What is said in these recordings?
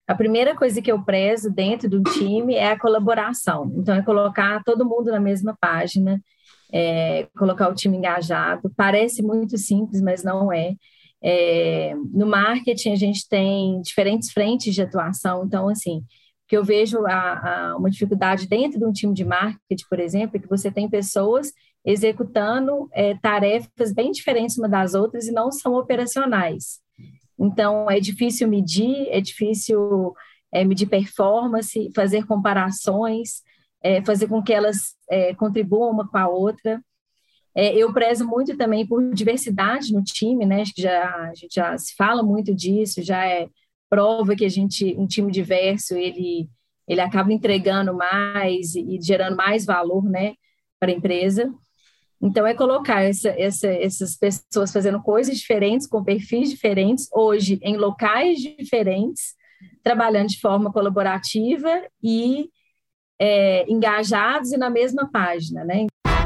A primeira coisa que eu prezo dentro do time é a colaboração. Então, é colocar todo mundo na mesma página, colocar o time engajado. Parece muito simples, mas não é. No marketing, a gente tem diferentes frentes de atuação. Então, assim, que eu vejo uma dificuldade dentro de um time de marketing, por exemplo, é que você tem pessoas executando tarefas bem diferentes uma das outras e não são operacionais. Então, é difícil medir, é difícil medir performance, fazer comparações, fazer com que elas contribuam uma com a outra. Eu prezo muito também por diversidade no time, né? Acho que a gente já se fala muito disso, já prova que um time diverso, ele acaba entregando mais e gerando mais valor, né, para a empresa. Então, é colocar essas pessoas fazendo coisas diferentes, com perfis diferentes, hoje em locais diferentes, trabalhando de forma colaborativa e engajados e na mesma página, né?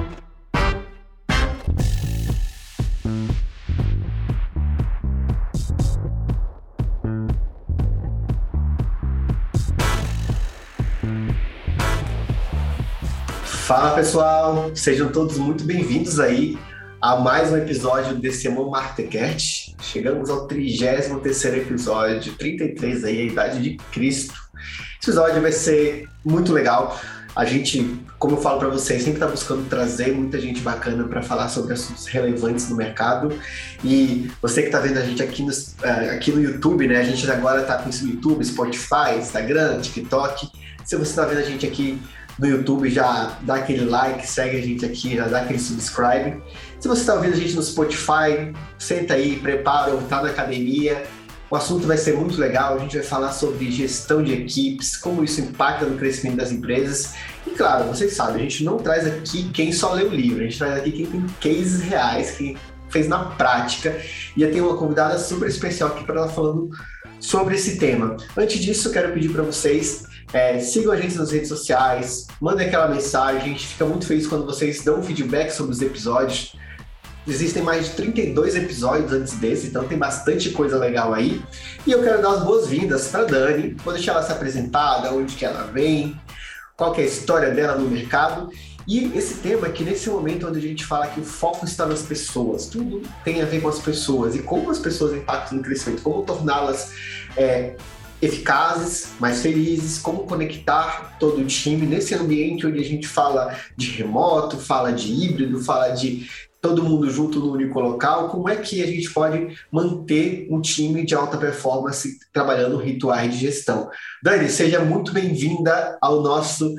Fala pessoal, sejam todos muito bem-vindos aí a mais um episódio desse Marketcast. Chegamos ao 33º episódio, 33 aí, a idade de Cristo. Esse episódio vai ser muito legal. A gente, como eu falo para vocês, sempre está buscando trazer muita gente bacana para falar sobre assuntos relevantes no mercado. E você que está vendo a gente aqui no YouTube, né? A gente agora está com isso no YouTube, Spotify, Instagram, TikTok. Se você está vendo a gente aqui no YouTube, já dá aquele like, segue a gente aqui, já dá aquele subscribe. Se você está ouvindo a gente no Spotify, senta aí, prepara, ou está na academia. O assunto vai ser muito legal, a gente vai falar sobre gestão de equipes, como isso impacta no crescimento das empresas. E claro, vocês sabem, a gente não traz aqui quem só lê o livro, a gente traz aqui quem tem cases reais, quem fez na prática. E eu tenho uma convidada super especial aqui para ela falando sobre esse tema. Antes disso, eu quero pedir para vocês sigam a gente nas redes sociais, mandem aquela mensagem, a gente fica muito feliz quando vocês dão um feedback sobre os episódios. Existem mais de 32 episódios antes desse, então tem bastante coisa legal aí. E eu quero dar as boas-vindas para a Dani, vou deixar ela se apresentar, de onde que ela vem, qual que é a história dela no mercado. E esse tema aqui, nesse momento onde a gente fala que o foco está nas pessoas, tudo tem a ver com as pessoas e como as pessoas impactam no crescimento, como torná-las eficazes, mais felizes, como conectar todo o time nesse ambiente onde a gente fala de remoto, fala de híbrido, fala de todo mundo junto no único local, como é que a gente pode manter um time de alta performance trabalhando rituais de gestão. Dani, seja muito bem-vinda ao nosso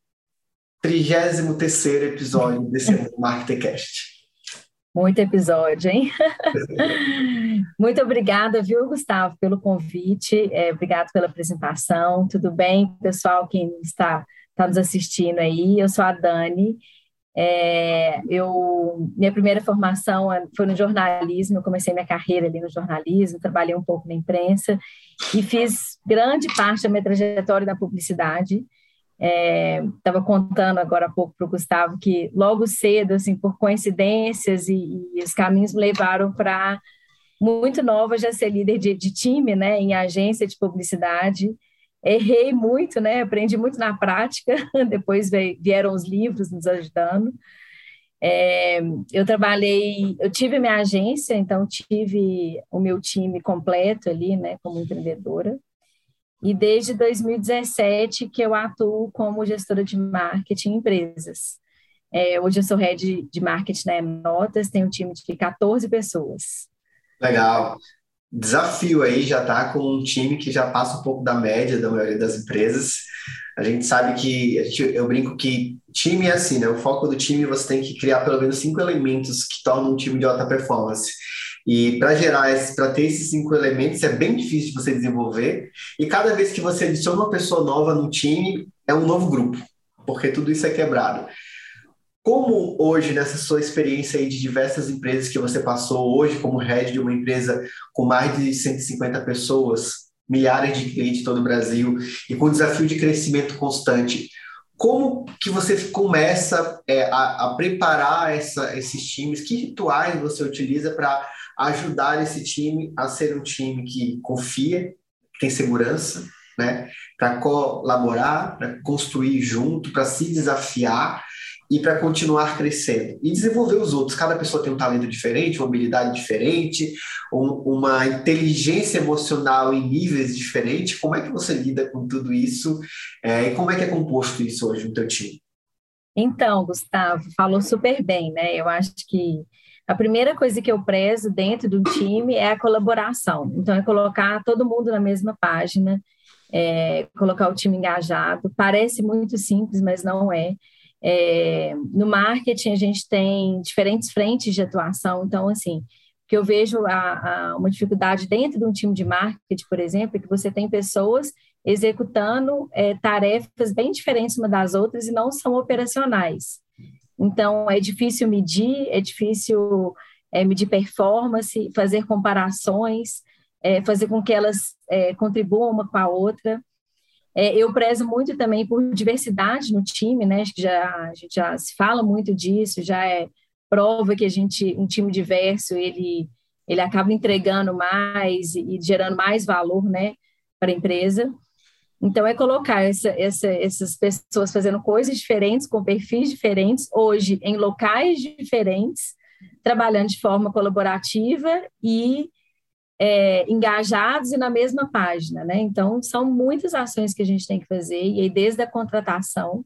33º episódio desse Marketcast. Muito episódio, hein? Muito obrigada, viu, Gustavo, pelo convite. Obrigado pela apresentação. Tudo bem, pessoal, quem está nos assistindo aí? Eu sou a Dani. Minha primeira formação foi no jornalismo. Eu comecei minha carreira ali no jornalismo, trabalhei um pouco na imprensa e fiz grande parte da minha trajetória na publicidade. Estava contando agora há pouco para o Gustavo que logo cedo, assim, por coincidências e os caminhos me levaram para muito nova já ser líder de time, né, em agência de publicidade. Errei muito, né, aprendi muito na prática, depois vieram os livros nos ajudando. Eu tive minha agência, então tive o meu time completo ali, né, como empreendedora. E desde 2017 que eu atuo como gestora de marketing em empresas. Hoje eu sou head de marketing na Notas, tenho um time de 14 pessoas. Legal. Desafio aí já tá com um time que já passa um pouco da média da maioria das empresas. A gente sabe que, eu brinco que time é assim, né? O foco do time você tem que criar pelo menos 5 elementos que tornam um time de alta performance. E para ter esses 5 elementos é bem difícil de você desenvolver. E cada vez que você adiciona uma pessoa nova no time, é um novo grupo, porque tudo isso é quebrado. Como hoje, nessa sua experiência aí de diversas empresas que você passou, hoje como head de uma empresa com mais de 150 pessoas, milhares de clientes em todo o Brasil e com desafio de crescimento constante, como que você começa a preparar esses times? Que rituais você utiliza para ajudar esse time a ser um time que confia, que tem segurança né? Para colaborar, para construir junto, para se desafiar e para continuar crescendo e desenvolver os outros. Cada pessoa tem um talento diferente, uma habilidade diferente, uma inteligência emocional em níveis diferentes. Como é que você lida com tudo isso? E como é que é composto isso hoje no teu time? Então, Gustavo, falou super bem, né? Eu acho que a primeira coisa que eu prezo dentro do time é a colaboração. Então, é colocar todo mundo na mesma página, colocar o time engajado. Parece muito simples, mas não é. No marketing, a gente tem diferentes frentes de atuação. Então, assim, o que eu vejo uma dificuldade dentro de um time de marketing, por exemplo, é que você tem pessoas executando tarefas bem diferentes uma das outras e não são operacionais. Então, é difícil medir, é difícil medir performance, fazer comparações, fazer com que elas contribuam uma com a outra. Eu prezo muito também por diversidade no time, né? Acho que a gente já se fala muito disso, já é prova que um time diverso, ele acaba entregando mais e gerando mais valor, né, para a empresa. Então, é colocar essas pessoas fazendo coisas diferentes, com perfis diferentes, hoje em locais diferentes, trabalhando de forma colaborativa e engajados e na mesma página, né? Então, são muitas ações que a gente tem que fazer, e aí desde a contratação,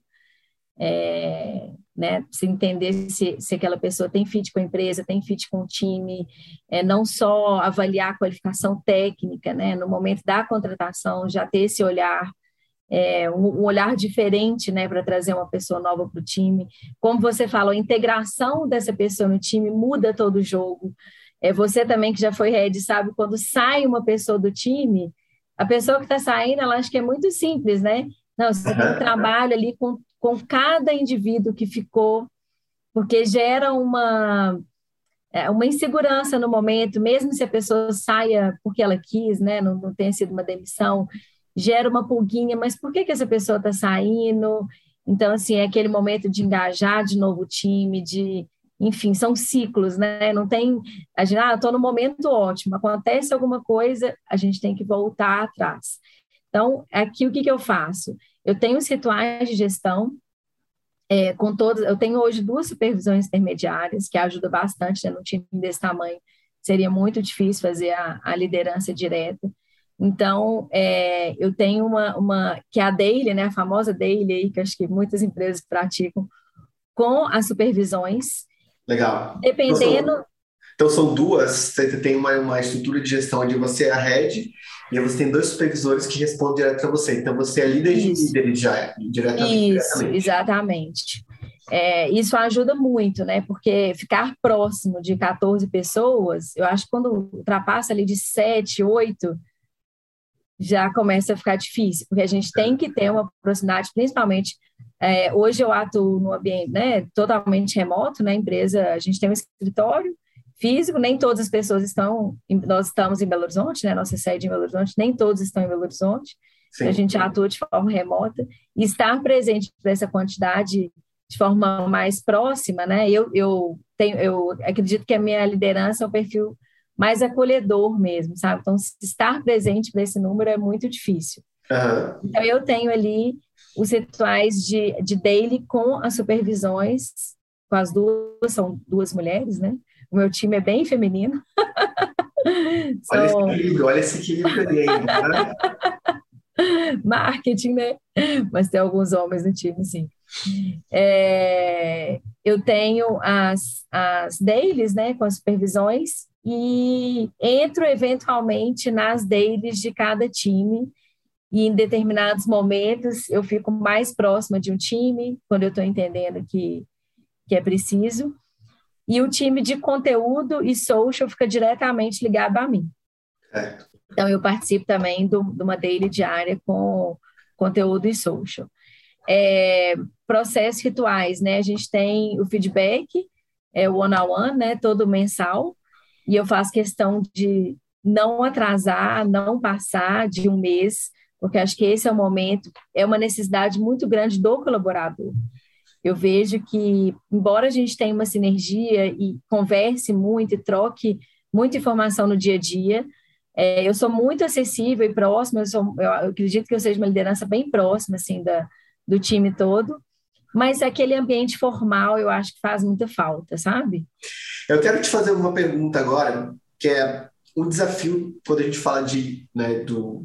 né, se entender se aquela pessoa tem fit com a empresa, tem fit com o time, não só avaliar a qualificação técnica, né, no momento da contratação, já ter esse olhar, um olhar diferente, né, para trazer uma pessoa nova para o time. Como você falou, a integração dessa pessoa no time muda todo o jogo. Você também, que já foi head, sabe, quando sai uma pessoa do time, a pessoa que está saindo, ela acha que é muito simples, né? Não, você tem um trabalho ali com cada indivíduo que ficou, porque gera uma insegurança no momento, mesmo se a pessoa saia porque ela quis, né? Não tenha sido uma demissão, gera uma pulguinha, mas por que essa pessoa está saindo? Então, assim, é aquele momento de engajar de novo o time, enfim, são ciclos, né? Não tem, a gente, estou no momento ótimo, acontece alguma coisa, a gente tem que voltar atrás. Então, aqui o que eu faço? Eu tenho os rituais de gestão, com todas, eu tenho hoje 2 supervisões intermediárias, que ajudam bastante, né? Num time desse tamanho, seria muito difícil fazer a liderança direta. Então, eu tenho uma que é a daily, né? A famosa daily aí, que acho que muitas empresas praticam, com as supervisões. Legal. Dependendo. Então são duas, você tem uma estrutura de gestão onde você é a head e aí você tem 2 supervisores que respondem direto para você. Então você é líder de líderes já, diretamente. Isso, exatamente. Isso ajuda muito, né? Porque ficar próximo de 14 pessoas, eu acho que quando ultrapassa ali de 7, 8, já começa a ficar difícil, porque a gente tem que ter uma proximidade, principalmente, hoje eu atuo no ambiente, né, totalmente remoto, na empresa, a gente tem um escritório físico, nem todas as pessoas nós estamos em Belo Horizonte, né, nossa sede em Belo Horizonte, nem todos estão em Belo Horizonte, a gente atua de forma remota, e estar presente para essa quantidade de forma mais próxima, né, eu acredito que a minha liderança é um perfil mais acolhedor mesmo, sabe? Então, estar presente para esse número é muito difícil. Uhum. Então, eu tenho ali os rituais de daily com as supervisões, com as 2, são 2 mulheres, né? O meu time é bem feminino. Olha esse equilíbrio ali ainda, né? Marketing, né? Mas tem alguns homens no time, sim. Eu tenho as dailies, né, com as supervisões, e entro eventualmente nas dailies de cada time, e em determinados momentos eu fico mais próxima de um time, quando eu estou entendendo que é preciso, e o time de conteúdo e social fica diretamente ligado a mim. Então, eu participo também de uma daily diária com conteúdo e social. Processos rituais, né? A gente tem o feedback, o one-on-one, né? Todo mensal, e eu faço questão de não atrasar, não passar de um mês, porque acho que esse é o momento, é uma necessidade muito grande do colaborador. Eu vejo que, embora a gente tenha uma sinergia e converse muito e troque muita informação no dia a dia, Eu sou muito acessível e próxima, eu acredito que eu seja uma liderança bem próxima, assim, do time todo, mas aquele ambiente formal eu acho que faz muita falta, sabe? Eu quero te fazer uma pergunta agora, que é um desafio quando a gente fala né,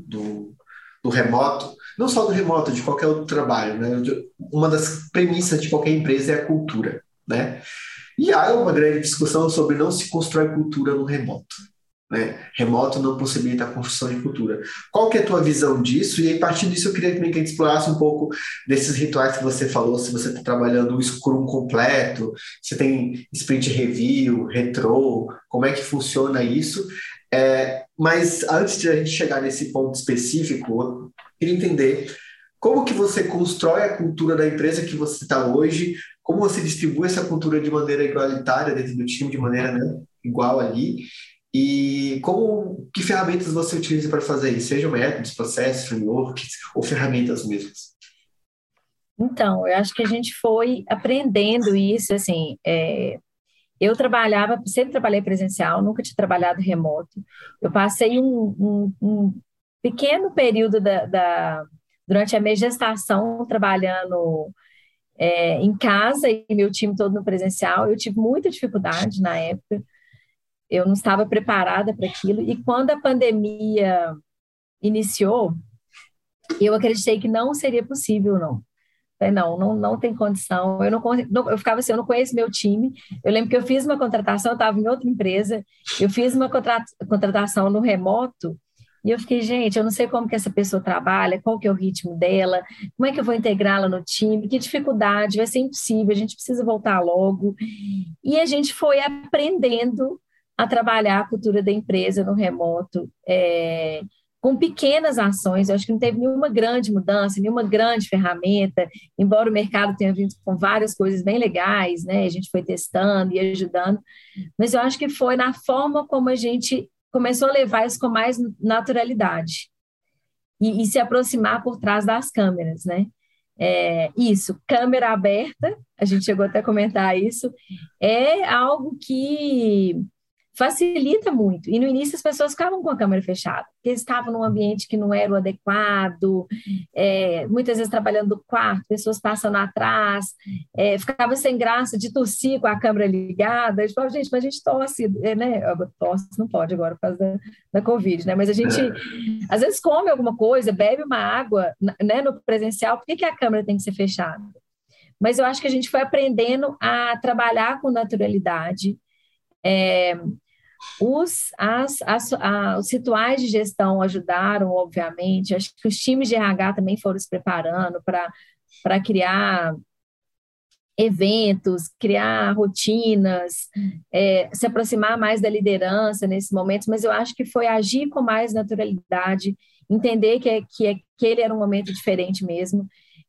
do remoto, não só do remoto, de qualquer outro trabalho, né? Uma das premissas de qualquer empresa é a cultura, né? E há uma grande discussão sobre não se constrói cultura no remoto, né? Remoto não possibilita a construção de cultura. Qual que é a tua visão disso? E aí, a partir disso, eu queria também que a gente explorasse um pouco desses rituais que você falou, se você está trabalhando o Scrum completo, se tem sprint review, retro, como é que funciona isso? Mas antes de a gente chegar nesse ponto específico, eu queria entender como que você constrói a cultura da empresa que você está hoje, como você distribui essa cultura de maneira igualitária dentro do time, de maneira, né, igual ali, e que ferramentas você utiliza para fazer isso? Sejam métodos, processos, frameworks ou ferramentas mesmas? Então, eu acho que a gente foi aprendendo isso, assim, eu sempre trabalhei presencial, nunca tinha trabalhado remoto. Eu passei um pequeno período durante a minha gestação trabalhando em casa e meu time todo no presencial. Eu tive muita dificuldade na época, eu não estava preparada para aquilo. E quando a pandemia iniciou, eu acreditei que não seria possível, não. Falei, não tem condição. Eu ficava assim, eu não conheço meu time. Eu lembro que eu fiz uma contratação, eu estava em outra empresa, eu fiz uma contratação no remoto, e eu fiquei, gente, eu não sei como que essa pessoa trabalha, qual que é o ritmo dela, como é que eu vou integrá-la no time, que dificuldade, vai ser impossível, a gente precisa voltar logo. E a gente foi aprendendo a trabalhar a cultura da empresa no remoto, com pequenas ações. Eu acho que não teve nenhuma grande mudança, nenhuma grande ferramenta, embora o mercado tenha vindo com várias coisas bem legais, né? A gente foi testando e ajudando, mas eu acho que foi na forma como a gente começou a levar isso com mais naturalidade e se aproximar por trás das câmeras, né? Isso, câmera aberta, a gente chegou até a comentar isso, é algo que facilita muito. E no início as pessoas ficavam com a câmera fechada, porque eles estavam num ambiente que não era o adequado, muitas vezes trabalhando do quarto, pessoas passando atrás, ficava sem graça de tossir com a câmera ligada. A gente falava, gente, mas a gente tosse, né? Tosse não pode agora por causa da Covid, né? Mas a gente, às vezes, come alguma coisa, bebe uma água, né, no presencial, por que a câmera tem que ser fechada? Mas eu acho que a gente foi aprendendo a trabalhar com naturalidade. Os rituais de gestão ajudaram, obviamente. Acho que os times de RH também foram se preparando para criar eventos, criar rotinas, se aproximar mais da liderança nesses momentos, mas eu acho que foi agir com mais naturalidade, entender que aquele era um momento diferente mesmo.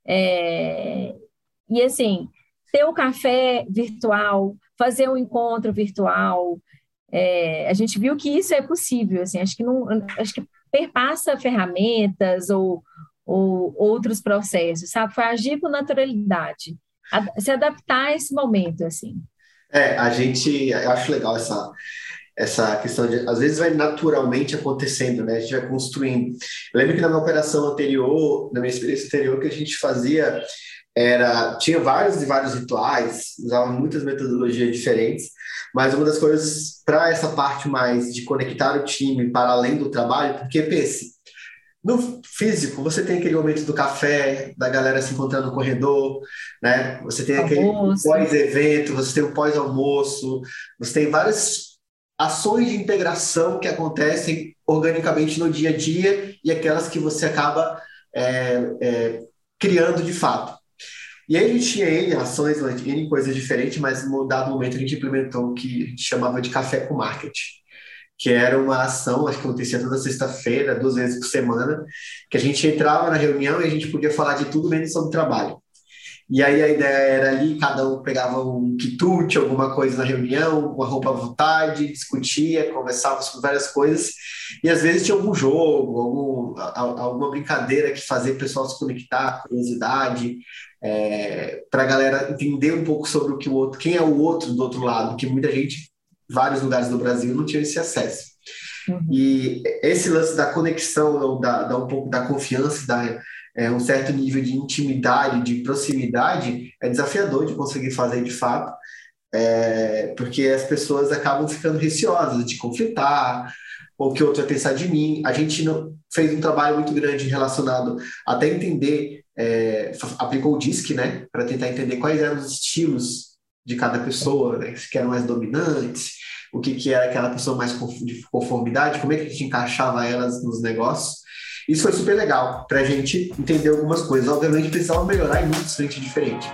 E assim, ter o café virtual, fazer um encontro virtual, a gente viu que isso é possível, assim, acho que perpassa ferramentas ou outros processos, sabe? Foi agir com naturalidade, se adaptar a esse momento, assim. Eu acho legal essa questão de, às vezes vai naturalmente acontecendo, né? A gente vai construindo. Eu lembro que na minha operação anterior, na minha experiência anterior, que a gente fazia tinha vários e vários rituais, usava muitas metodologias diferentes, mas uma das coisas para essa parte mais de conectar o time para além do trabalho, porque pense, no físico, você tem aquele momento do café, da galera se encontrando no corredor, né? Você tem aquele pós-evento, você tem o pós-almoço, você tem várias ações de integração que acontecem organicamente no dia a dia e aquelas que você acaba criando de fato. E aí a gente tinha ações, coisas diferentes, mas em um dado momento a gente implementou o que a gente chamava de café com marketing, que era uma ação, acho que acontecia toda sexta-feira, 2 vezes por semana, que a gente entrava na reunião e a gente podia falar de tudo menos sobre trabalho. E aí a ideia era ali, cada um pegava um quitute, alguma coisa na reunião, uma roupa à vontade, discutia, conversava sobre várias coisas, e às vezes tinha algum jogo, alguma brincadeira que fazia o pessoal se conectar, curiosidade, para a galera entender um pouco sobre o que o outro, quem é o outro do outro lado, que muita gente, vários lugares do Brasil, não tinha esse acesso. Uhum. E esse lance da conexão, ou da um pouco da confiança, um certo nível de intimidade, de proximidade, é desafiador de conseguir fazer de fato, porque as pessoas acabam ficando receosas de conflitar, ou que o outro vai pensar de mim. A gente não, fez um trabalho muito grande relacionado até entender, aplicou o DISC, né, para tentar entender quais eram os estilos de cada pessoa, né, se eram mais dominantes, o que era aquela pessoa mais de conformidade, como é que a gente encaixava elas nos negócios. Isso foi super legal para a gente entender algumas coisas. Obviamente, precisava melhorar em muitos frentes diferentes.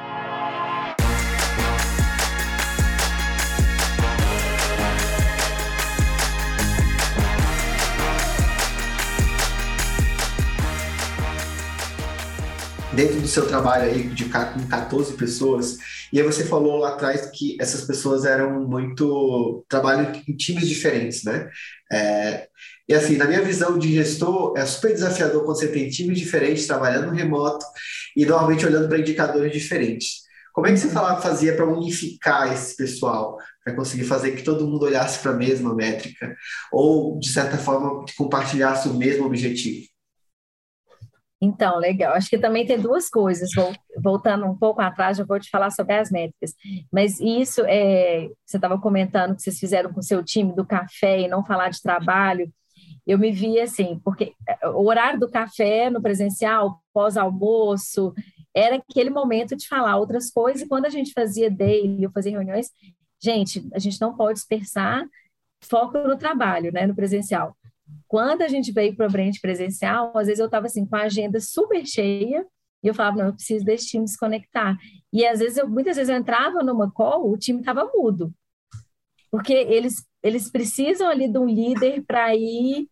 Dentro do seu trabalho aí com 14 pessoas, e aí você falou lá atrás que essas pessoas eram trabalham em times diferentes, né? E assim, na minha visão de gestor, é super desafiador quando você tem times diferentes trabalhando remoto e normalmente olhando para indicadores diferentes. Como é que você fazia para unificar esse pessoal, para conseguir fazer que todo mundo olhasse para a mesma métrica, ou, de certa forma, compartilhasse o mesmo objetivo? Então, legal. Acho que também tem duas coisas. Voltando um pouco atrás, já vou te falar sobre as métricas. Mas isso, você estava comentando que vocês fizeram com o seu time do café e não falar de trabalho. Eu me vi assim, porque o horário do café no presencial, pós-almoço, era aquele momento de falar outras coisas. E quando a gente fazia daily, eu fazia reuniões, gente, a gente não pode dispersar foco no trabalho, né, no presencial. Quando a gente veio para o ambiente presencial, às vezes eu estava assim com a agenda super cheia e eu falava, não, eu preciso desse time se conectar. E às vezes muitas vezes eu entrava numa call, o time estava mudo, porque eles precisam ali de um líder para ir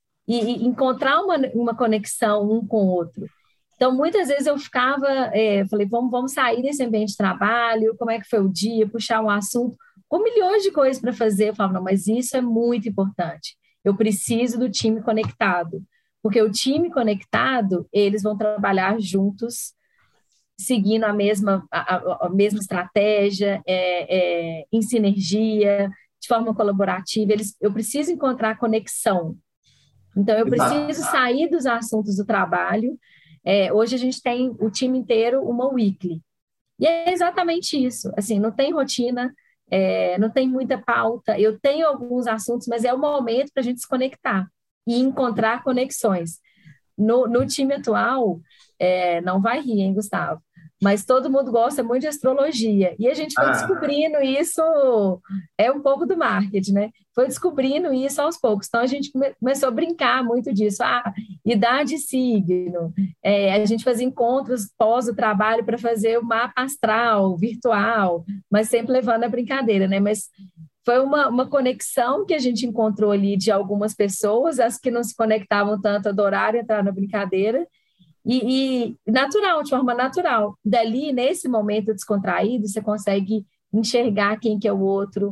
e encontrar uma conexão um com o outro. Então, muitas vezes eu ficava, falei, vamos sair desse ambiente de trabalho, como é que foi o dia, puxar um assunto, com milhões de coisas para fazer. Eu falava, não, mas isso é muito importante. Eu preciso do time conectado, porque o time conectado, eles vão trabalhar juntos, seguindo a mesma estratégia, em sinergia, de forma colaborativa. Eu preciso encontrar conexão. Então, eu Exato. preciso sair dos assuntos do trabalho. Hoje a gente tem o time inteiro uma weekly. E é exatamente isso. Assim, não tem rotina, não tem muita pauta. Eu tenho alguns assuntos, mas é o momento para a gente se conectar e encontrar conexões. No time atual, não vai rir, hein, Gustavo? Mas todo mundo gosta muito de astrologia. E a gente foi descobrindo isso, é um pouco do marketing, né? Foi descobrindo isso aos poucos. Então, a gente começou a brincar muito disso. Idade e signo. A gente fazia encontros pós o trabalho para fazer o mapa astral, virtual, mas sempre levando a brincadeira, né? Mas foi uma conexão que a gente encontrou ali de algumas pessoas, as que não se conectavam tanto adoraram entrar na brincadeira, e natural, de forma natural. Dali, nesse momento descontraído, você consegue enxergar quem que é o outro.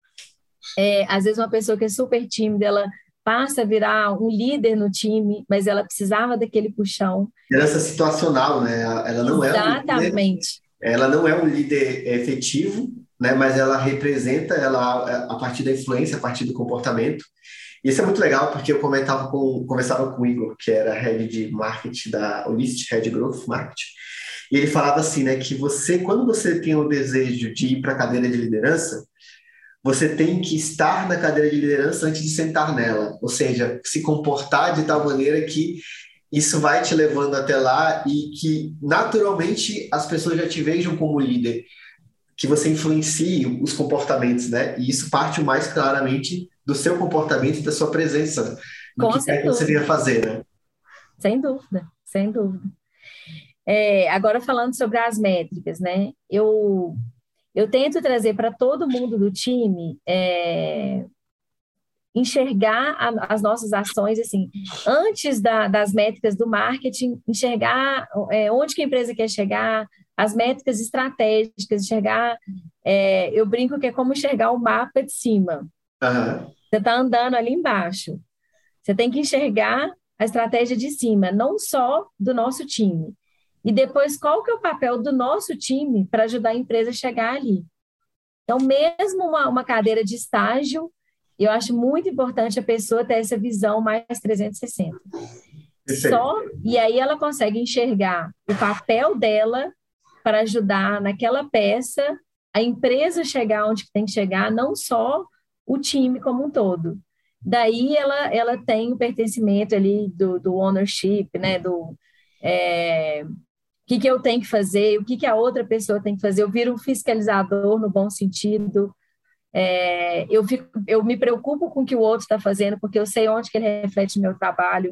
Às vezes uma pessoa que é super tímida, ela passa a virar um líder no time, mas ela precisava daquele puxão. Liderança situacional, né? Ela não Exatamente. ela não é um líder efetivo, né? Mas ela representa ela a partir da influência, a partir do comportamento. E isso é muito legal porque eu conversava com o Igor, que era head de marketing da Olist, head growth marketing. E ele falava assim, né, que quando você tem o desejo de ir para a cadeira de liderança, você tem que estar na cadeira de liderança antes de sentar nela, ou seja, se comportar de tal maneira que isso vai te levando até lá e que naturalmente as pessoas já te vejam como líder, que você influencie os comportamentos, né? E isso parte mais claramente do seu comportamento e da sua presença no que quer que você venha fazer, né? Sem dúvida, sem dúvida. Agora falando sobre as métricas, né? Eu tento trazer para todo mundo do time enxergar as nossas ações, assim, antes das métricas do marketing, enxergar onde que a empresa quer chegar, as métricas estratégicas, enxergar, eu brinco que é como enxergar o mapa de cima. Uhum. Você está andando ali embaixo. Você tem que enxergar a estratégia de cima, não só do nosso time. E depois, qual que é o papel do nosso time para ajudar a empresa a chegar ali? Então, mesmo uma cadeira de estágio, Eu acho muito importante a pessoa ter essa visão mais 360. Perfeito. E aí ela consegue enxergar o papel dela para ajudar naquela peça a empresa chegar onde tem que chegar, não só o time como um todo. Daí ela tem o pertencimento ali do ownership, né? O que eu tenho que fazer, o que a outra pessoa tem que fazer. Eu viro um fiscalizador no bom sentido. Eu me preocupo com o que o outro está fazendo, porque eu sei onde que ele reflete meu trabalho.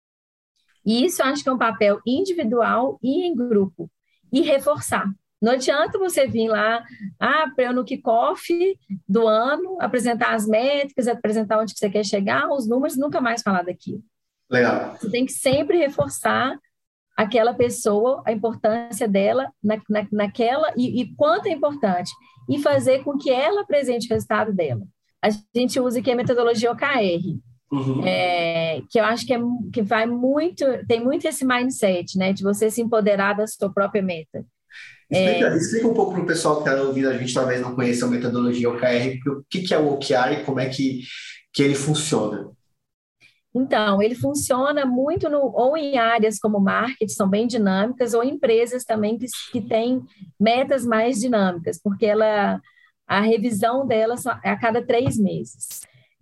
E isso eu acho que é um papel individual e em grupo. E reforçar. Não adianta você vir lá, para eu no kickoff do ano, apresentar as métricas, apresentar onde que você quer chegar, os números, nunca mais falar daquilo. Legal. Você tem que sempre reforçar aquela pessoa, a importância dela naquela, e quanto é importante, e fazer com que ela apresente o resultado dela. A gente usa aqui a metodologia OKR, Uhum. Que eu acho que vai muito, tem muito esse mindset, né, de você se empoderar da sua própria meta. Explica um pouco para o pessoal que está ouvindo a gente, talvez não conheça a metodologia OKR, o que é o OKR e como é que ele funciona. Então, ele funciona muito ou em áreas como marketing, são bem dinâmicas, ou empresas também que têm metas mais dinâmicas, porque a revisão delas é a cada 3 meses.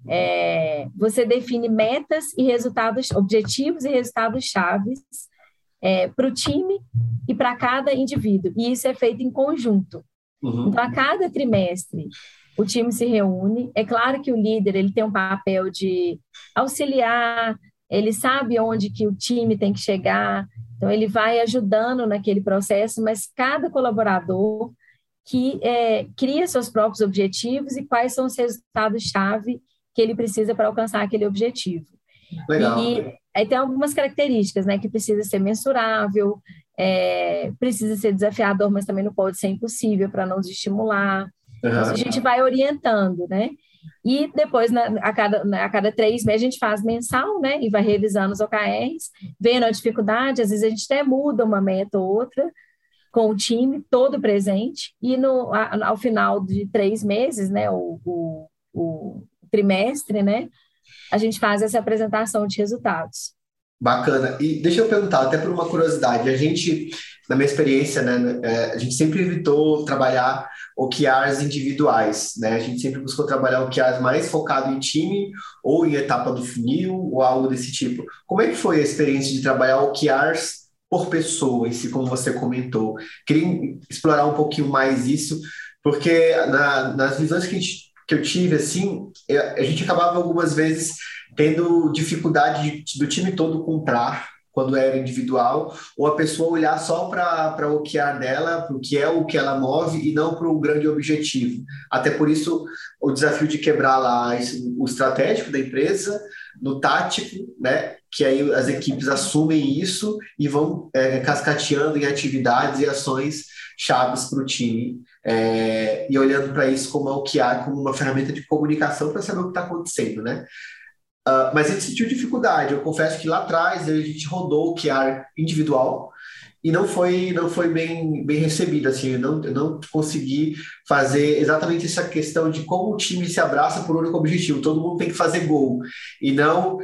Você define metas e resultados, objetivos e resultados chaves para o time e para cada indivíduo, e isso é feito em conjunto. Uhum. Então, a cada trimestre, o time se reúne. É claro que o líder ele tem um papel de auxiliar, ele sabe onde que o time tem que chegar, então ele vai ajudando naquele processo, mas cada colaborador que cria seus próprios objetivos e quais são os resultados-chave que ele precisa para alcançar aquele objetivo. Legal. E aí tem algumas características, né, que precisa ser mensurável, precisa ser desafiador, mas também não pode ser impossível para não desestimular. Então, a gente vai orientando, né? E depois, a cada 3 meses, a gente faz mensal, né? E vai revisando os OKRs, vendo a dificuldade, às vezes a gente até muda uma meta ou outra, com o time todo presente, e ao final de 3 meses, né? O trimestre, né? A gente faz essa apresentação de resultados. Bacana. E deixa eu perguntar, até por uma curiosidade, a gente, na minha experiência, né, a gente sempre evitou trabalhar OKRs individuais, né? A gente sempre buscou trabalhar OKRs mais focado em time ou em etapa do funil ou algo desse tipo. Como é que foi a experiência de trabalhar OKRs por pessoa, em si, como você comentou? Queria explorar um pouquinho mais isso, porque nas visões que eu tive, assim, a gente acabava algumas vezes tendo dificuldade do time todo comprar quando era individual, ou a pessoa olhar só para o OKR dela, para o que ela move e não para o grande objetivo. Até por isso, o desafio de quebrar lá o estratégico da empresa, no tático, né? Que aí as equipes assumem isso e vão cascateando em atividades e ações chaves para o time, e olhando para isso como a OKR, como uma ferramenta de comunicação para saber o que está acontecendo, né? Mas a gente sentiu dificuldade. Eu confesso que lá atrás a gente rodou o OKR individual e não foi bem recebido. Assim, eu não consegui fazer exatamente essa questão de como o time se abraça por um único objetivo. Todo mundo tem que fazer gol. E não,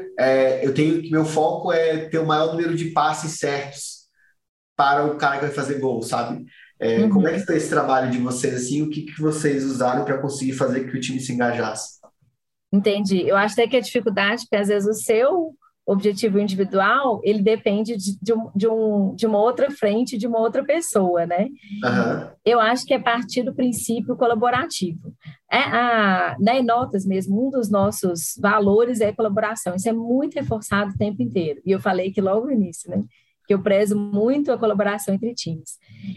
meu foco é ter o maior número de passes certos para o cara que vai fazer gol, sabe? Como é que foi esse trabalho de vocês? Assim, o que vocês usaram para conseguir fazer que o time se engajasse? Entendi. Eu acho até que a dificuldade, porque às vezes o seu objetivo individual, ele depende de uma outra frente, de uma outra pessoa, né? Uhum. Eu acho que é partir do princípio colaborativo. Na Notas mesmo, um dos nossos valores é a colaboração. Isso é muito reforçado o tempo inteiro. E eu falei que logo no início, né? Que eu prezo muito a colaboração entre times.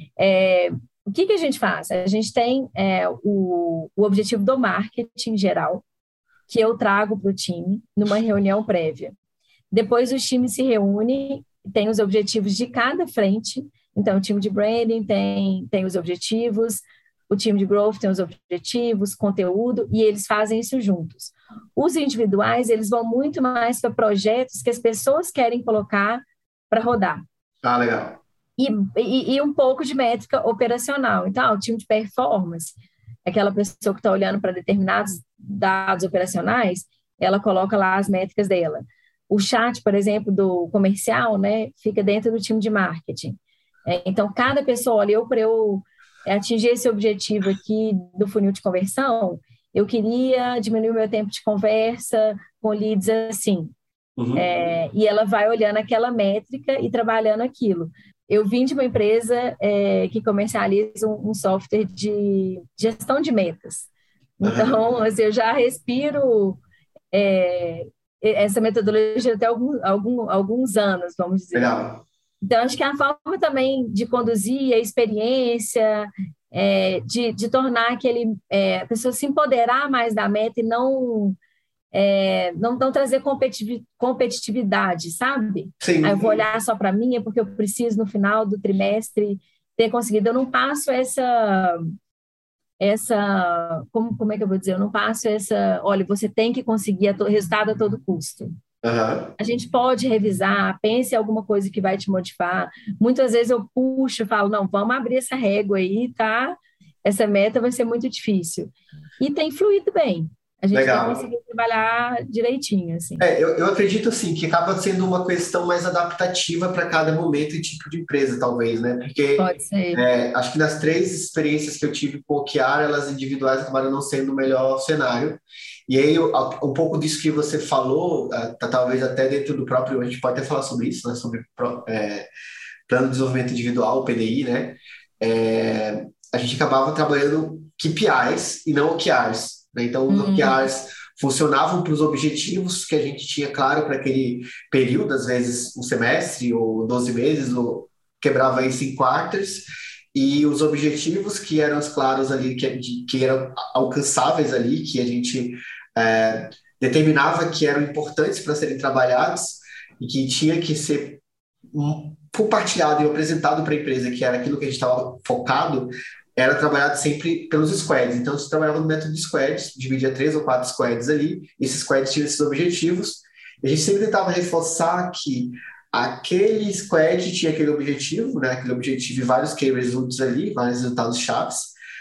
O que a gente faz? A gente tem o objetivo do marketing em geral, que eu trago para o time numa reunião prévia. Depois o time se reúne, tem os objetivos de cada frente. Então, o time de branding tem os objetivos, o time de growth tem os objetivos, conteúdo, e eles fazem isso juntos. Os individuais, eles vão muito mais para projetos que as pessoas querem colocar para rodar. Ah, legal. E um pouco de métrica operacional. Então, o time de performance, aquela pessoa que está olhando para determinados dados operacionais, ela coloca lá as métricas dela. O chat, por exemplo, do comercial, né, fica dentro do time de marketing. Então, cada pessoa, olha, para eu atingir esse objetivo aqui do funil de conversão, eu queria diminuir o meu tempo de conversa com leads assim. Uhum. E ela vai olhando aquela métrica e trabalhando aquilo. Eu vim de uma empresa que comercializa um software de gestão de metas. Então, assim, eu já respiro essa metodologia até alguns anos, vamos dizer. Legal. Então, acho que a forma também de conduzir a experiência, de tornar a pessoa se empoderar mais da meta e não trazer competitividade, sabe? Sim. Aí eu vou olhar só para mim, é porque eu preciso, no final do trimestre, ter conseguido. Eu não passo como é que eu vou dizer? Eu não passo olha, você tem que conseguir resultado a todo custo. Uhum. A gente pode revisar, pense em alguma coisa que vai te motivar. Muitas vezes eu puxo e falo, não, vamos abrir essa régua aí, tá? Essa meta vai ser muito difícil. E tem fluído bem. A gente tem conseguido trabalhar direitinho, assim. Eu acredito, assim, que acaba sendo uma questão mais adaptativa para cada momento e tipo de empresa, talvez, né? Porque Pode ser. acho que nas 3 experiências que eu tive com o OKR, elas individuais acabaram não sendo o melhor cenário. E aí, um pouco disso que você falou, talvez até dentro do próprio, a gente pode até falar sobre isso, né? Sobre Plano de Desenvolvimento Individual, o PDI, né? A gente acabava trabalhando KPIs e não OKRs. Então, os OKRs funcionavam para os objetivos que a gente tinha claro para aquele período, às vezes um semestre ou 12 meses, ou quebrava isso em quarters, e os objetivos que eram claros ali, que eram alcançáveis ali, que a gente determinava que eram importantes para serem trabalhados e que tinha que ser compartilhado e apresentado para a empresa, que era aquilo que a gente estava focado, era trabalhado sempre pelos squads. Então, você trabalhava no método de squads, dividia 3 ou 4 squads ali, esses squads tinham esses objetivos, e a gente sempre tentava reforçar que aquele squad tinha aquele objetivo, né? Aquele objetivo e vários key results ali, vários resultados chaves,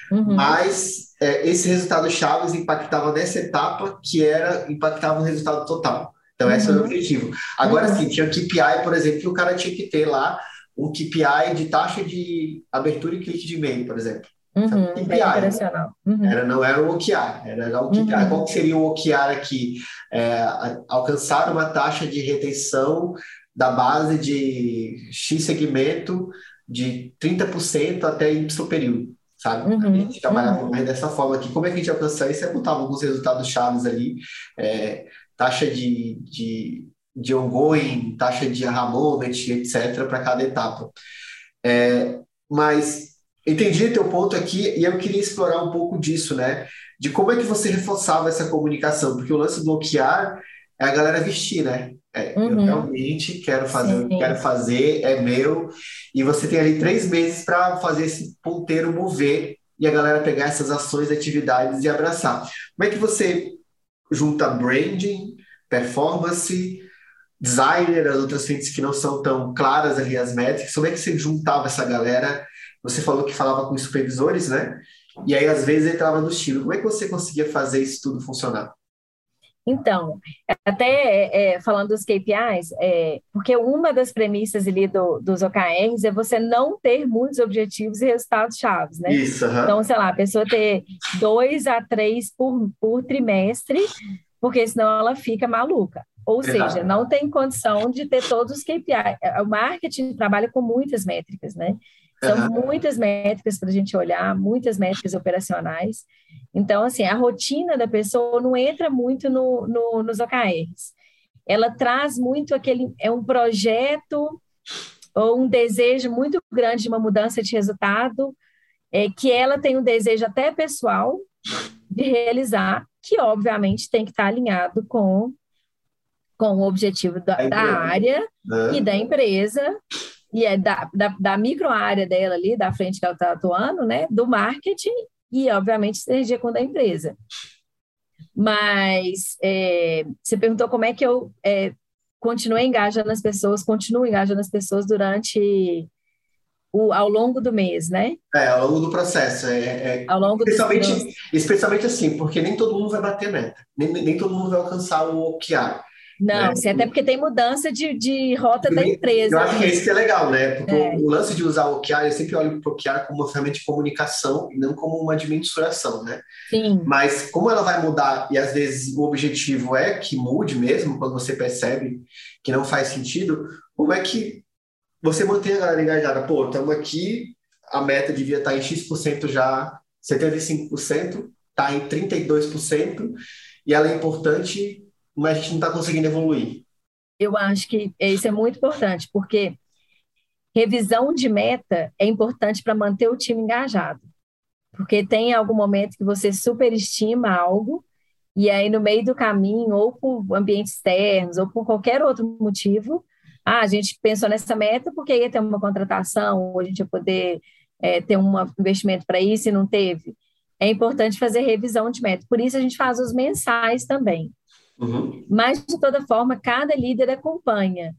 mas esse resultado chaves impactava nessa etapa impactava no resultado total. Então, esse era o objetivo. Agora, sim, tinha um KPI, por exemplo, que o cara tinha que ter lá um KPI de taxa de abertura e clique de e-mail, por exemplo. Bem operacional. Não era o OKR, era o KPI. Qual que seria o OKR aqui? Alcançar uma taxa de retenção da base de X segmento de 30% até Y período, sabe? A gente trabalhava mais dessa forma aqui. Como é que a gente alcançava isso? Eu botava alguns resultados chaves ali, taxa de ongoing, taxa de aha moment, etc., para cada etapa. Mas entendi teu ponto aqui e eu queria explorar um pouco disso, né? De como é que você reforçava essa comunicação, porque o lance do OKR é a galera vestir, né? Eu realmente quero fazer o que quero fazer, é meu, e você tem ali 3 meses para fazer esse ponteiro mover e a galera pegar essas ações, atividades e abraçar. Como é que você junta branding, performance, designer, as outras frentes que não são tão claras ali as métricas, como é que você juntava essa galera? Você falou que falava com os supervisores, né? E aí, às vezes, entrava no time. Como é que você conseguia fazer isso tudo funcionar? Então, até falando dos KPIs, porque uma das premissas ali dos OKRs é você não ter muitos objetivos e resultados chaves, né? Isso, Então, sei lá, a pessoa ter 2 a 3 por trimestre, porque senão ela fica maluca. Ou seja, não tem condição de ter todos os KPIs. O marketing trabalha com muitas métricas, né? São muitas métricas para a gente olhar, muitas métricas operacionais. Então, assim, a rotina da pessoa não entra muito nos OKRs. Ela traz muito um projeto ou um desejo muito grande de uma mudança de resultado, que ela tem um desejo até pessoal de realizar, que obviamente tem que estar alinhado com o objetivo da área e da empresa, e da micro área dela ali, da frente que ela está atuando, né, do marketing e, obviamente, sinergia com a da empresa. Mas você perguntou como é que eu continuo engajando as pessoas durante ao longo do mês, né? Ao longo do processo. Ao longo Especialmente assim, porque nem todo mundo vai bater meta, nem todo mundo vai alcançar o OKR, né? Não, sim, até porque tem mudança de rota da Eu empresa acho que é ali. isso que é legal, né? Porque É, o lance de usar o OKR, eu sempre olho para o OKR como uma ferramenta de comunicação e não como uma de mensuração, né? sim, Mas como ela vai mudar, e às vezes o objetivo é que mude mesmo, quando você percebe que não faz sentido, como é que você mantém a galera engajada? Pô, estamos aqui, a meta devia estar em X% já, 75%, está em 32%, e ela é importante, mas a gente não está conseguindo evoluir. eu acho que isso é muito importante, porque revisão de meta é importante para manter o time engajado. Porque tem algum momento que você superestima algo, e aí no meio do caminho, ou por ambientes externos, ou por qualquer outro motivo, a gente pensou nessa meta porque ia ter uma contratação, ou a gente ia poder ter um investimento para isso e não teve. É importante fazer revisão de meta. Por isso a gente faz os mensais também. Uhum. Mas, de toda forma, cada líder acompanha.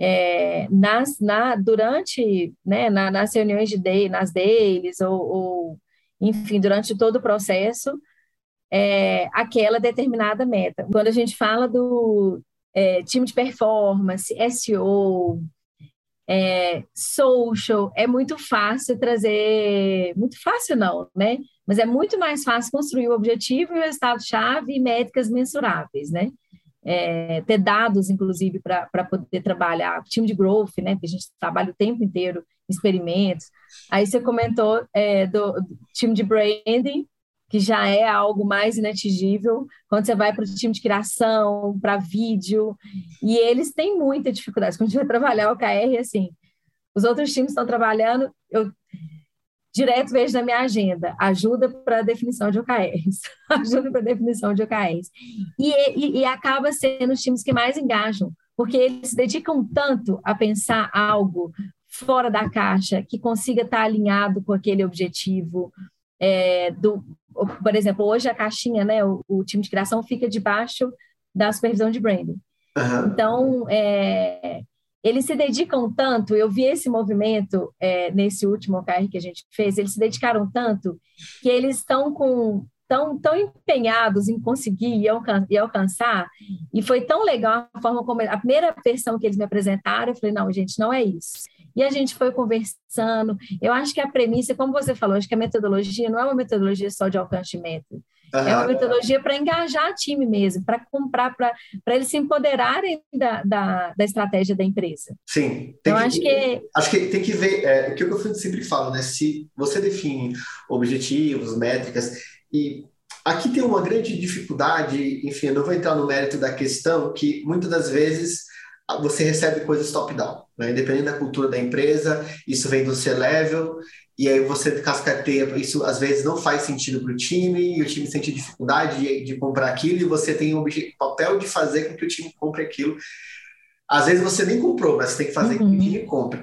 Durante, né, nas reuniões nas dailies, enfim, durante todo o processo, aquela determinada meta. Quando a gente fala do time de performance, SEO, social, é muito fácil trazer, muito fácil não, né? Mas é muito mais fácil construir o objetivo e o resultado-chave e métricas mensuráveis, né? Ter dados, inclusive, para poder trabalhar, time de growth, né? Que a gente trabalha o tempo inteiro, experimentos. Aí você comentou do time de branding, que já é algo mais inatingível, quando você vai para o time de criação, para vídeo, e eles têm muita dificuldade. Quando a gente vai trabalhar o OKR, assim, os outros times estão trabalhando, eu direto vejo na minha agenda, ajuda para definição de OKRs, ajuda para definição de OKRs. E acaba sendo os times que mais engajam, porque eles se dedicam tanto a pensar algo fora da caixa, que consiga estar alinhado com aquele objetivo por exemplo, hoje a caixinha, né, o time de criação fica debaixo da supervisão de branding. Uhum. Então, eles se dedicam tanto, eu vi esse movimento nesse último OKR que a gente fez, eles se dedicaram tanto que eles estão tão empenhados em conseguir e alcançar, e foi tão legal a forma como a primeira versão que eles me apresentaram, eu falei, não, gente, não é isso. E a gente foi conversando, eu acho que a premissa, como você falou, acho que a metodologia não é uma metodologia só de alcance de meta, é uma metodologia para engajar time mesmo, para comprar, para eles se empoderarem da estratégia da empresa. Sim. Acho que tem que ver, o que eu sempre falo, né? Se você define objetivos, métricas, e aqui tem uma grande dificuldade, enfim, eu não vou entrar no mérito da questão, que muitas das vezes você recebe coisas top-down, né? Independente da cultura da empresa, isso vem do C-level, e aí você cascateia, isso às vezes não faz sentido para o time, e o time sente dificuldade de comprar aquilo, e você tem o papel de fazer com que o time compre aquilo. Às vezes você nem comprou, mas você tem que fazer com que o time compre.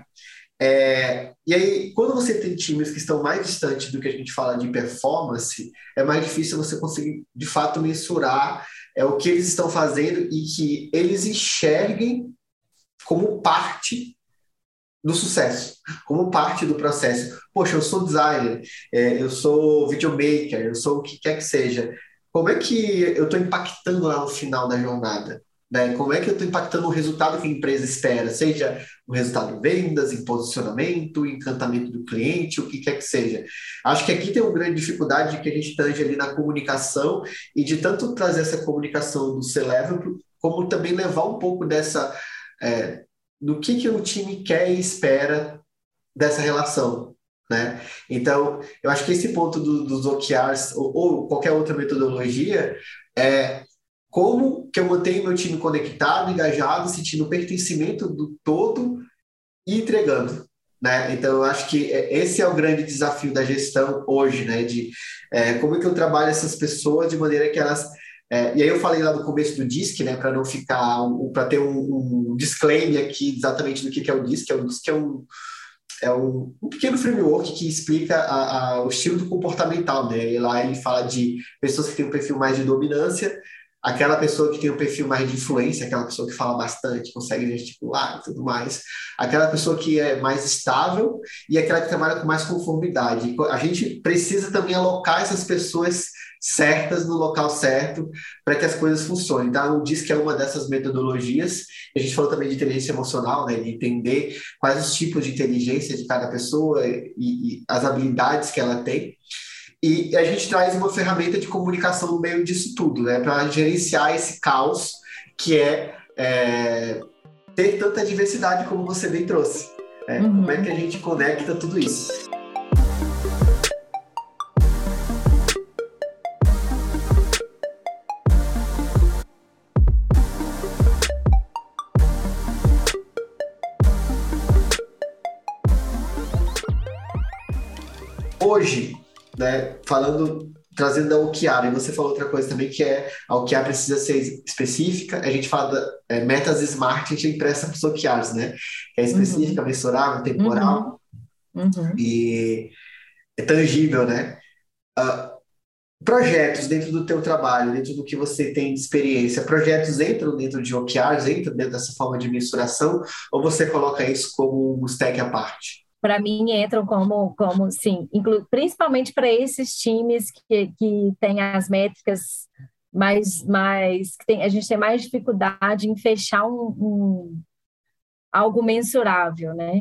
E aí, quando você tem times que estão mais distantes do que a gente fala de performance, é mais difícil você conseguir, de fato, mensurar o que eles estão fazendo e que eles enxerguem como parte do sucesso, como parte do processo. Poxa, eu sou designer, eu sou videomaker, eu sou o que quer que seja. Como é que eu estou impactando lá no final da jornada? Né? Como é que eu estou impactando o resultado que a empresa espera? Seja o resultado em vendas, em posicionamento, em encantamento do cliente, o que quer que seja. Acho que aqui tem uma grande dificuldade que a gente tange ali na comunicação e de tanto trazer essa comunicação do C-Level, como também levar um pouco dessa... do que o time quer e espera dessa relação, né? Então, eu acho que esse ponto dos OKRs ou qualquer outra metodologia é como que eu mantenho meu time conectado, engajado, sentindo pertencimento do todo e entregando, né? Então, eu acho que esse é o grande desafio da gestão hoje, né? De como que eu trabalho essas pessoas de maneira que elas... e aí eu falei lá no começo do DISC, né? Para não ficar... para ter um disclaimer aqui exatamente do que é o DISC. O DISC é um pequeno framework que explica o estilo do comportamental, né? E lá ele fala de pessoas que têm um perfil mais de dominância, aquela pessoa que tem um perfil mais de influência, aquela pessoa que fala bastante, consegue gesticular e tudo mais, aquela pessoa que é mais estável e aquela que trabalha com mais conformidade. A gente precisa também alocar essas pessoas certas no local certo para que as coisas funcionem. Então, diz que é uma dessas metodologias. A gente falou também de inteligência emocional, né, de entender quais os tipos de inteligência de cada pessoa e as habilidades que ela tem. E a gente traz uma ferramenta de comunicação no meio disso tudo, né, para gerenciar esse caos que é ter tanta diversidade como você bem trouxe. Né? Como é que a gente conecta tudo isso? Hoje, né, trazendo a OKR, e você falou outra coisa também, que é a OKR precisa ser específica, a gente fala metas SMART, a gente empresta para os OKRs, né? É específica, mensurável, temporal e é tangível, né? Projetos dentro do teu trabalho, dentro do que você tem de experiência, projetos entram dentro de OKRs, entram dentro dessa forma de mensuração, ou você coloca isso como um stack à parte? Para mim, entram como sim, principalmente para esses times que têm as métricas a gente tem mais dificuldade em fechar algo mensurável, né?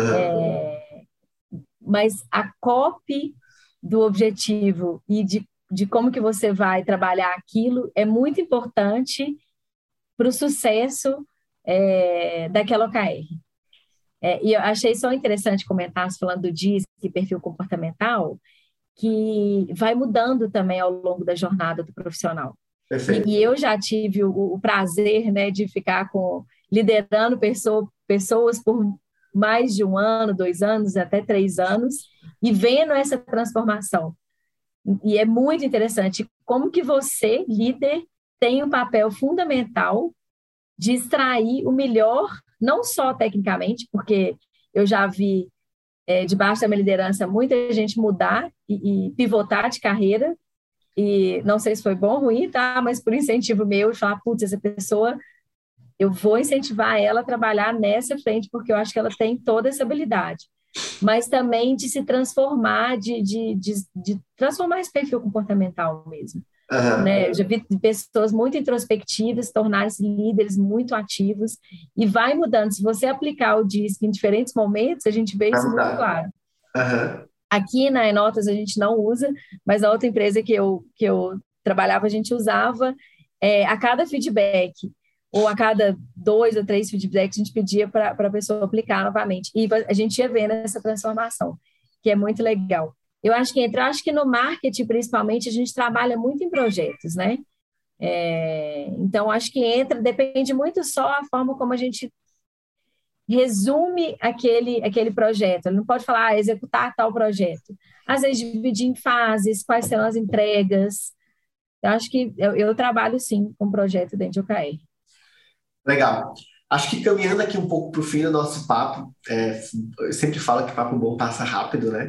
Mas a copy do objetivo e de como que você vai trabalhar aquilo é muito importante para o sucesso daquela OKR. E eu achei só interessante comentar, falando do DISC, perfil comportamental, que vai mudando também ao longo da jornada do profissional. E eu já tive o prazer, né, de ficar liderando pessoas por mais de 1 ano, 2 anos, até 3 anos, e vendo essa transformação. E é muito interessante como que você, líder, tem um papel fundamental de extrair o melhor, não só tecnicamente, porque eu já vi, debaixo da minha liderança, muita gente mudar e pivotar de carreira, e não sei se foi bom ou ruim, tá? Mas por incentivo meu, de falar, putz, essa pessoa, eu vou incentivar ela a trabalhar nessa frente, porque eu acho que ela tem toda essa habilidade. Mas também de se transformar, de transformar esse perfil comportamental mesmo. Né? Eu já vi pessoas muito introspectivas tornarem-se líderes muito ativos e vai mudando. Se você aplicar o DISC em diferentes momentos, a gente vê isso muito claro. Aqui na Enotas a gente não usa, mas na outra empresa que eu trabalhava, a gente usava a cada feedback, ou a cada 2 ou 3 feedbacks, a gente pedia para a pessoa aplicar novamente. E a gente ia vendo essa transformação, que é muito legal. Eu acho que no marketing, principalmente, a gente trabalha muito em projetos, né? Então, acho que depende muito só a forma como a gente resume aquele projeto. Ele não pode falar, executar tal projeto. Às vezes, dividir em fases, quais serão as entregas. Eu acho que eu trabalho, sim, com projeto dentro de OKR. Legal. Acho que caminhando aqui um pouco para o fim do nosso papo, eu sempre falo que papo bom passa rápido, né?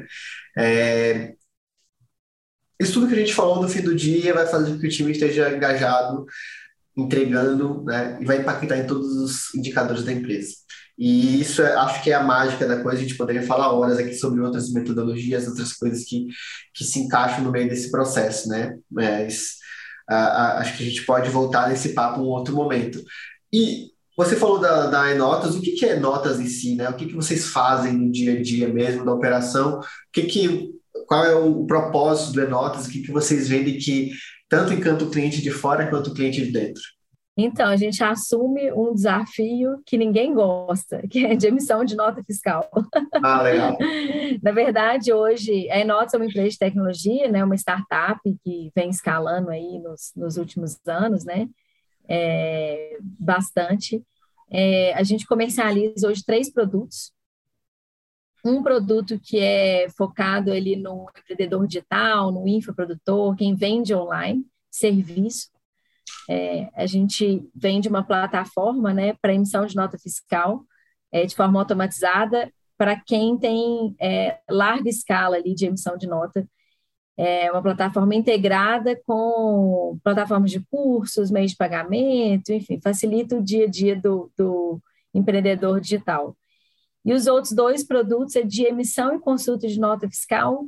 Isso tudo que a gente falou no fim do dia vai fazer com que o time esteja engajado, entregando, né? E vai impactar em todos os indicadores da empresa. E isso acho que é a mágica da coisa. A gente poderia falar horas aqui sobre outras metodologias, outras coisas que se encaixam no meio desse processo, né? Mas acho que a gente pode voltar nesse papo em um outro momento. E você falou da Enotas, o que é Enotas em si, né? O que vocês fazem no dia a dia mesmo da operação? Qual é o propósito do Enotas? O que vocês vendem que tanto encanta o cliente de fora quanto o cliente de dentro? Então, a gente assume um desafio que ninguém gosta, que é de emissão de nota fiscal. Legal. Na verdade, hoje, a Enotas é uma empresa de tecnologia, né? Uma startup que vem escalando aí nos últimos anos, né? Bastante. A gente comercializa hoje 3 produtos. Um produto que é focado ali no empreendedor digital, no infoprodutor, quem vende online, serviço. A gente vende uma plataforma, né, para emissão de nota fiscal de forma automatizada para quem tem larga escala ali de emissão de nota. É uma plataforma integrada com plataformas de cursos, meios de pagamento, enfim, facilita o dia a dia do empreendedor digital. E os outros 2 produtos é de emissão e consulta de nota fiscal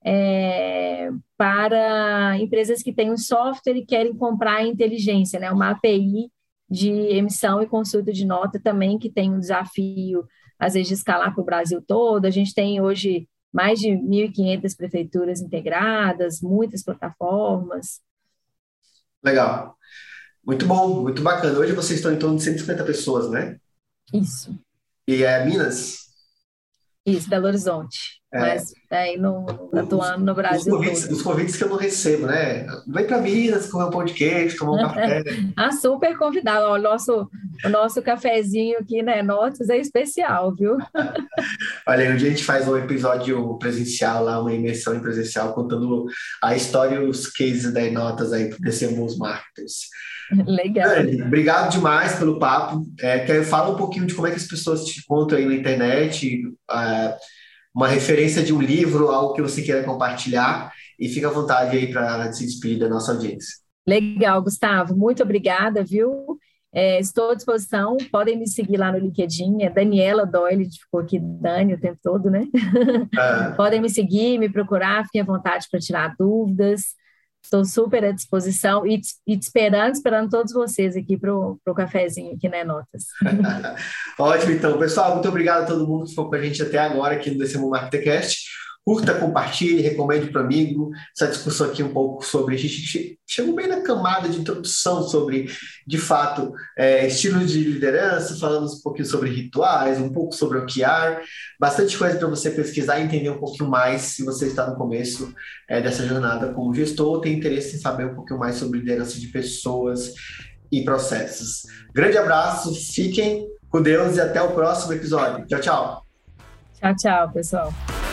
para empresas que têm um software e querem comprar a inteligência, né? Uma API de emissão e consulta de nota também, que tem um desafio, às vezes, de escalar para o Brasil todo. A gente tem hoje mais de 1.500 prefeituras integradas, muitas plataformas. Legal. Muito bom, muito bacana. Hoje vocês estão em torno de 150 pessoas, né? Isso. E é Minas? Isso, Belo Horizonte. Mas aí atuando no Brasil todo. Os convites que eu não recebo, né? Vem para Minas, comer um pão de queijo, tomar um café. Super convidado. O nosso cafezinho aqui na Enotas é especial, viu? Olha, um dia a gente faz um episódio presencial lá, uma imersão em presencial, contando a história e os cases da Enotas aí para Decemos Marketers. Legal. Dani, obrigado demais pelo papo. Fala um pouquinho de como é que as pessoas te encontram aí na internet, uma referência de um livro, algo que você queira compartilhar, e fica à vontade aí para se despedir da nossa audiência. Legal, Gustavo. Muito obrigada, viu? Estou à disposição. Podem me seguir lá no LinkedIn. É Daniela Doyle, ficou aqui Dani o tempo todo, né? Podem me seguir, me procurar, fiquem à vontade para tirar dúvidas. Estou super à disposição e esperando todos vocês aqui para o cafezinho aqui na Notas. Ótimo, então. Pessoal, muito obrigado a todo mundo que ficou com a gente até agora aqui no Decemos Marketcast. Curta, compartilhe, recomende para o amigo. Essa discussão aqui um pouco sobre... A gente chegou bem na camada de introdução sobre, de fato, estilos de liderança, falamos um pouquinho sobre rituais, um pouco sobre OKR, bastante coisa para você pesquisar e entender um pouquinho mais se você está no começo dessa jornada como gestor ou tem interesse em saber um pouquinho mais sobre liderança de pessoas e processos. Grande abraço, fiquem com Deus e até o próximo episódio. Tchau, tchau. Tchau, tchau, pessoal.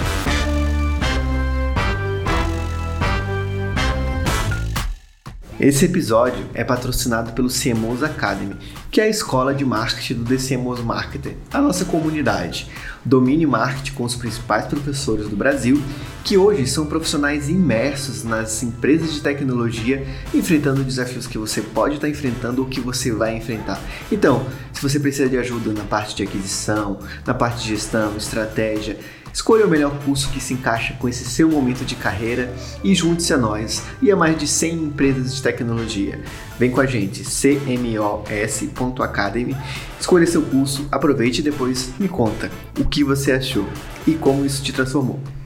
Esse episódio é patrocinado pelo CMOs Academy, que é a escola de marketing do Decemos Marketer, a nossa comunidade. Domine marketing com os principais professores do Brasil, que hoje são profissionais imersos nas empresas de tecnologia, enfrentando desafios que você pode estar enfrentando ou que você vai enfrentar. Então, se você precisa de ajuda na parte de aquisição, na parte de gestão, estratégia, escolha o melhor curso que se encaixa com esse seu momento de carreira e junte-se a nós e a mais de 100 empresas de tecnologia. Vem com a gente, cmos.academy, escolha seu curso, aproveite e depois me conta o que você achou e como isso te transformou.